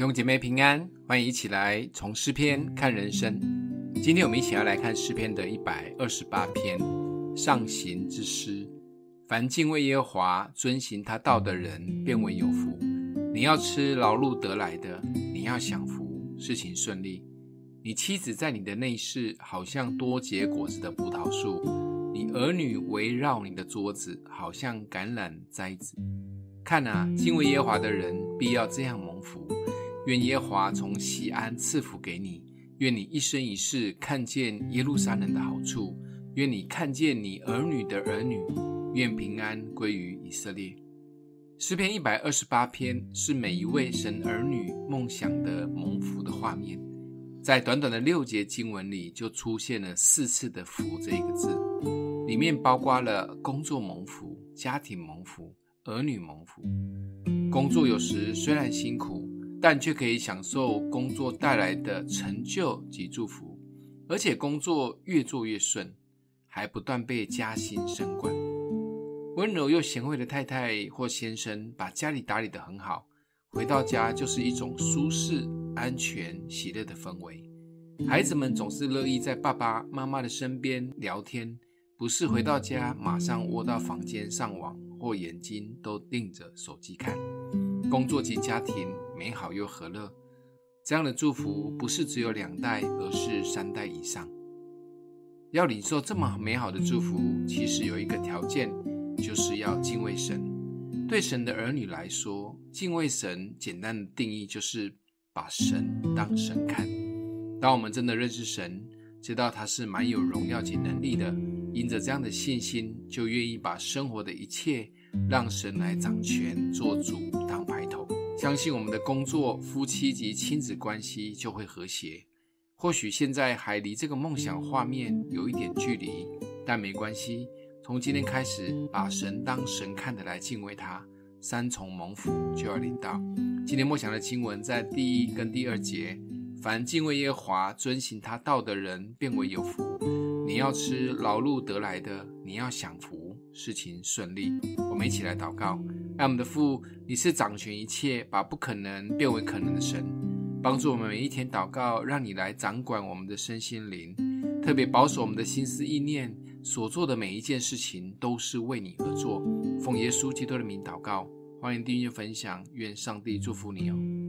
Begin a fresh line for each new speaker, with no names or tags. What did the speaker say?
弟兄姐妹平安，欢迎一起来从诗篇看人生。今天我们一起要来看诗篇的128篇，上行之诗。凡敬畏耶和华、遵行他道的人，便为有福。你要吃劳碌得来的，你要享福，事情顺利。你妻子在你的内室，好像多结果子的葡萄树；你儿女围绕你的桌子，好像橄榄栽子。看啊，敬畏耶和华的人必要这样蒙福。愿耶和华从锡安赐福给你，愿你一生一世看见耶路撒冷的好处，愿你看见你儿女的儿女，愿平安归于以色列。诗篇128篇是每一位神儿女梦想的蒙福的画面，在短短的6节经文里就出现了4次的福这个字，里面包括了工作蒙福、家庭蒙福、儿女蒙福。工作有时虽然辛苦，但却可以享受工作带来的成就及祝福，而且工作越做越顺，还不断被加薪升官。温柔又贤惠的太太或先生把家里打理得很好，回到家就是一种舒适、安全、喜乐的氛围。孩子们总是乐意在爸爸妈妈的身边聊天，不是回到家马上窝到房间上网，或眼睛都盯着手机看。工作及家庭美好又和乐，这样的祝福不是只有2代，而是3代以上。要领受这么美好的祝福，其实有一个条件，就是要敬畏神。对神的儿女来说，敬畏神简单的定义就是把神当神看。当我们真的认识神，知道他是蛮有荣耀及能力的，因着这样的信心，就愿意把生活的一切让神来掌权做主当排头。相信我们的工作、夫妻及亲子关系就会和谐。或许现在还离这个梦想画面有一点距离，但没关系，从今天开始把神当神看的来敬畏他，3重蒙福就要临到。今天默想的经文在第1跟第2节，凡敬畏耶和华、遵行他道的人，便为有福。你要吃劳碌得来的，你要享福，事情顺利。我们一起来祷告。爱我们的父，你是掌权一切，把不可能变为可能的神，帮助我们每一天祷告，让你来掌管我们的身心灵，特别保守我们的心思意念，所做的每一件事情都是为你而做。奉耶稣基督的名祷告，欢迎订阅分享，愿上帝祝福你哦。